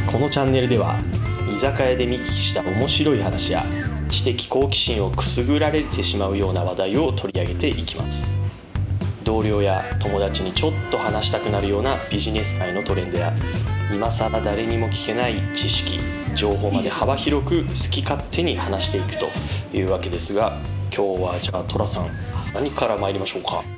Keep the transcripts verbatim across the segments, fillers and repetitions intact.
このチャンネルでは居酒屋で見聞きした面白い話や知的好奇心をくすぐられてしまうような話題を取り上げていきます。同僚や友達にちょっと話したくなるようなビジネス界のトレンドや今更誰にも聞けない知識情報まで幅広く好き勝手に話していくというわけですが、今日はじゃあトラさん何から参りましょうか。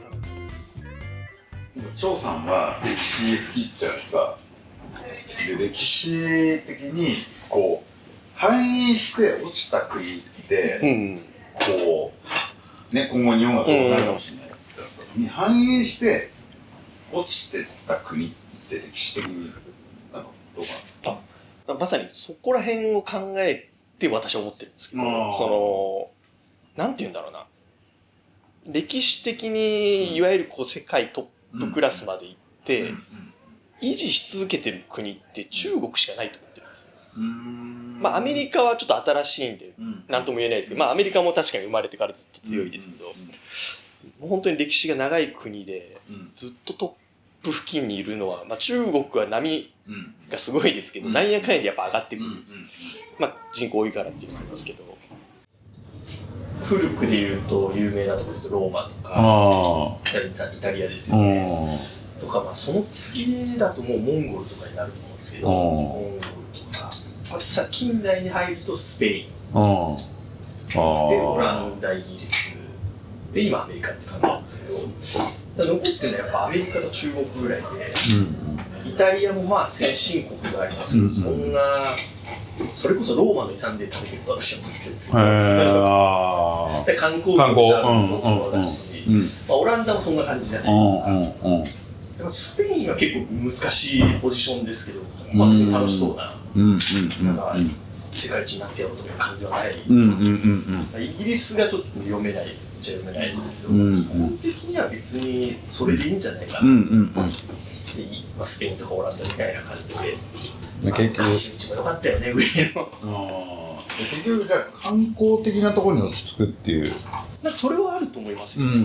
張さんは歴史好きじゃないですか。で歴史的にこう繁栄して落ちた国って、うん、こうね今後日本がそうなるかもしれないけど、うん、繁栄して落ちてった国って歴史的になんかどうかな。あ、まさにそこら辺を考えて私は思ってるんですけど、そのなんて言うんだろうな、歴史的にいわゆるこう世界トップクラスまで行って、うんうんうん、維持し続けてる国って中国しかないと思ってるんですよ。うーん、まあアメリカはちょっと新しいんで何とも言えないですけど、まあアメリカも確かに生まれてからずっと強いですけど、もう本当に歴史が長い国でずっとトップ付近にいるのは、まあ中国は波がすごいですけど、なんやかんやでやっぱ上がってくる。まあ人口多いからっていうのもありますけど、古くで言うと有名なところですとローマとかイタリアですよね。とか、まあ、その次だともうモンゴルとかになると思うんですけど、モンゴルとか、あとさ近代に入るとスペイン、でオランダ、イギリスで今アメリカって感じなんですけど、残ってるのはやっぱアメリカと中国ぐらいで、うん、イタリアもまあ先進国がありますけど、うん、そんなそれこそローマの遺産で食べてると私は思ってるんですけど、で観光客もそうだし、うんうん、まあ、オランダもそんな感じじゃないですか。うんうんうん、スペインは結構難しいポジションですけど、まあ、別に楽しそうな、なんか世界一になってやろうという感じはない。イギリスがちょっと読めないっちゃ読めないですけど、うんうん、基本的には別にそれでいいんじゃないかな。うんうんうん、でまあ、スペインとかオランダみたいな感じで、結局昔うちも良かったよねぐらいの。 あ結局じゃあ観光的なところに落ち着くっていう。 なんかそれはあると思いますよ。うんうんうん、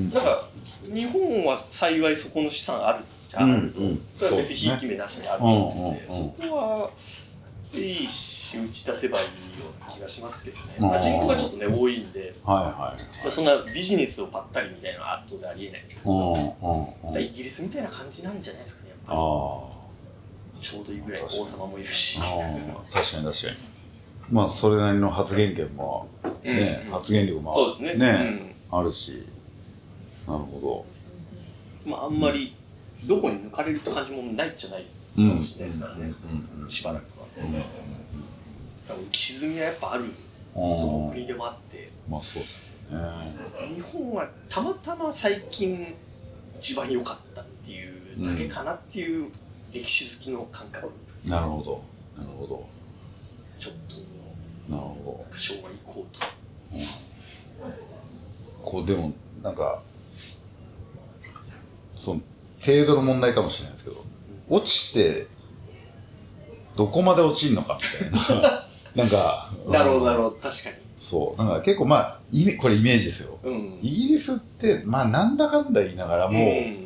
なんか日本は幸いそこの資産あるじゃん、うんうん、それは別にひいき目なしにあるので、そこはいいし打ち出せばいいような気がしますけどね。まあ、人口がちょっとね多いんで、はいはい、まあ、そんなビジネスをぱったりみたいなのは圧倒でありえないですけど、イギリスみたいな感じなんじゃないですかね、やっぱり。あちょうどいいぐらい王様もいるし。 確かに確かに。まあそれなりの発言権もね、うんうん、発言力もそうですね、 ね、うん、あるし。なるほど。まああんまりどこに抜かれるって感じもないっちゃないかもしれないですからね。しばらくは。うんうんうん、多分浮き沈みはやっぱあるどの国でもあって。 まあそうだね。 日本はたまたま最近一番良かったっていうだけかなっていう歴史好きの感覚。 うん、なるほど。なるほど。 直近の。なるほど。 なんか昭和以降と。うん、 こうでもなんか。その程度の問題かもしれないですけど、落ちてどこまで落ちるのかみたいななんかなるほどなるほど、確かにそうなんか結構まあこれイメージですよ、うん、イギリスってまあなんだかんだ言いながらも、うん、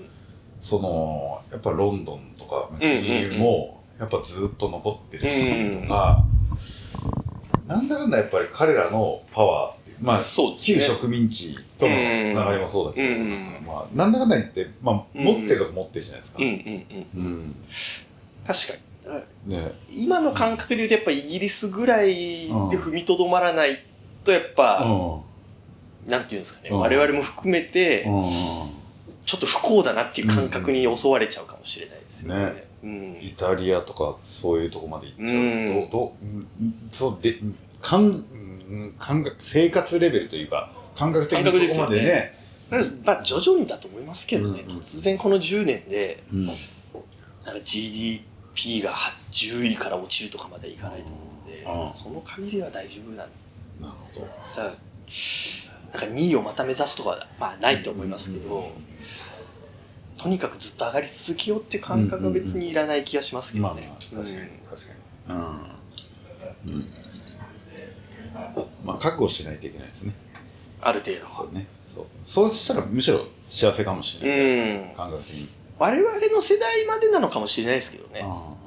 そのやっぱロンドンとかの国もやっぱずっと残ってるしとか、うんうん、なんだかんだやっぱり彼らのパワーってまあ、ね、旧植民地とのつながりもそうだけど、うんうん、まあ、なんだかんだ言って、まあ、持ってるとこ持ってるじゃないですか。うんうんうんうん、 確かに、ね、今の感覚で言うとやっぱイギリスぐらいで踏みとどまらないとやっぱ、うん、なんていうんですかね、うん、我々も含めて、うん、ちょっと不幸だなっていう感覚に襲われちゃうかもしれないですよね。ね、うん、 イタリアとかそういうとこまで行っちゃう、うん、どどそうでかん感覚生活レベルというか感覚的にそこまでね、 まあ徐々にだと思いますけどね、うんうん、突然このじゅうねんで、うん、なんか ジーディーピー がじゅういから落ちるとかまでいかないと思うんで、うん、その限りは大丈夫なんで、なるほど。だからなんかにいをまた目指すとかはまあないと思いますけど、うんうんうん、とにかくずっと上がり続けようっていう感覚は別にいらない気がしますけどね。 まあ、確かに確かに、うんうん、まあ覚悟しないといけないですね。 ある程度。 そうね。そう。そうしたらむしろ幸せかもしれない。うん。感覚的に。 我々の世代までなのかもしれないですけどね。ああ。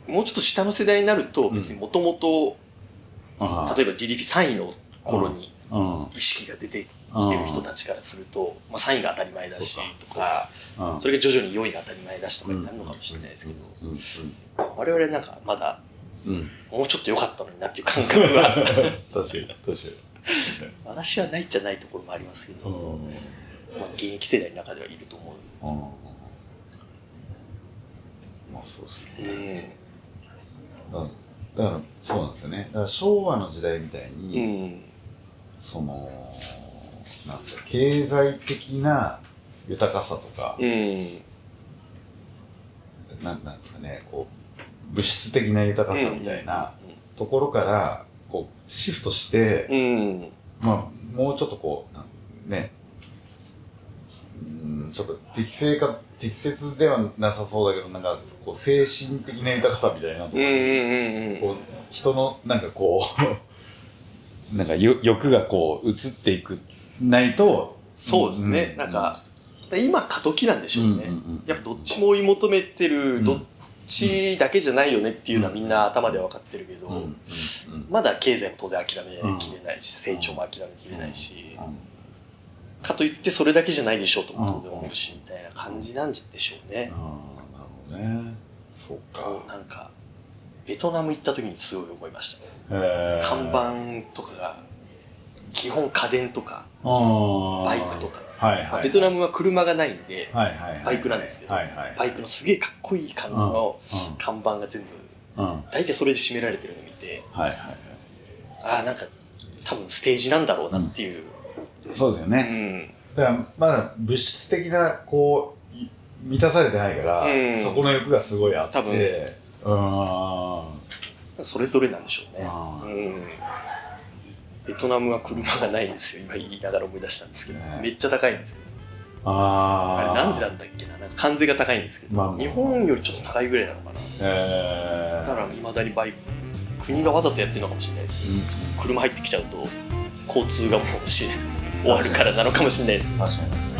もうちょっと下の世代になると別にもともと例えば ジーディーピーさん 位の頃に意識が出てきてる人たちからすると、まあ、さんいが当たり前だしとか、それが徐々によんいが当たり前だしとかになるのかもしれないですけど、我々なんかまだもうちょっと良かったのになっていう感覚が確かに確かに私はないっちゃないところもありますけど、まあ、現役世代の中ではいると思う。 まあそうですね、うん、だ, だからそうなんですよね。だから昭和の時代みたいに、うん、そのなんですか、経済的な豊かさとか、うん、な, なんですかね、こう物質的な豊かさみたいなところからこうシフトして、うん、まあもうちょっとこうね、うん、ちょっと適正か適切ではなさそうだけど、なんかこう精神的な豊かさみたいなところに、こう人のなんかこうなんか欲がこう移っていくないと。 そうですね、うん、なんか今過渡期なんでしょうね、うんうんうん、やっぱどっちも追い求めてる、うん、どっちだけじゃないよねっていうのはみんな頭で分かってるけど、うんうんうん、まだ経済も当然諦めきれないし、成長も諦めきれないし、うんうん、かといってそれだけじゃないでしょうとも当然思うし、みたいな感じなんでしょうね。 ああ、なるほどね。そうか。 なんかベトナム行った時にすごい思いましたね。看板とかが基本家電とかバイクとか、はいはい、まあ、ベトナムは車がないんで、はいはいはい、バイクなんですけど、はいはい、バイクのすげえかっこいい感じの看板が全部、うん、大体それで締められてるのを見て、はいはいはい、ああなんか多分ステージなんだろうなっていう、 うん、そうですよね、うん、だからまだ物質的なこう満たされてないから、うん、そこの欲がすごいあって、多分うんそれぞれなんでしょうね。うん、ベトナムは車がないんですよ。今言いながら思い出したんですけど、ね、めっちゃ高いんですよ。ああれなんでなんだっけな、なんか関税が高いんですけど、まあ、日本よりちょっと高いぐらいなのかな。えー、だから未だにバイク国がわざとやってるのかもしれないですけど、うん、車入ってきちゃうと交通がもうし終わるからなのかもしれないですけど。 確かに確かに。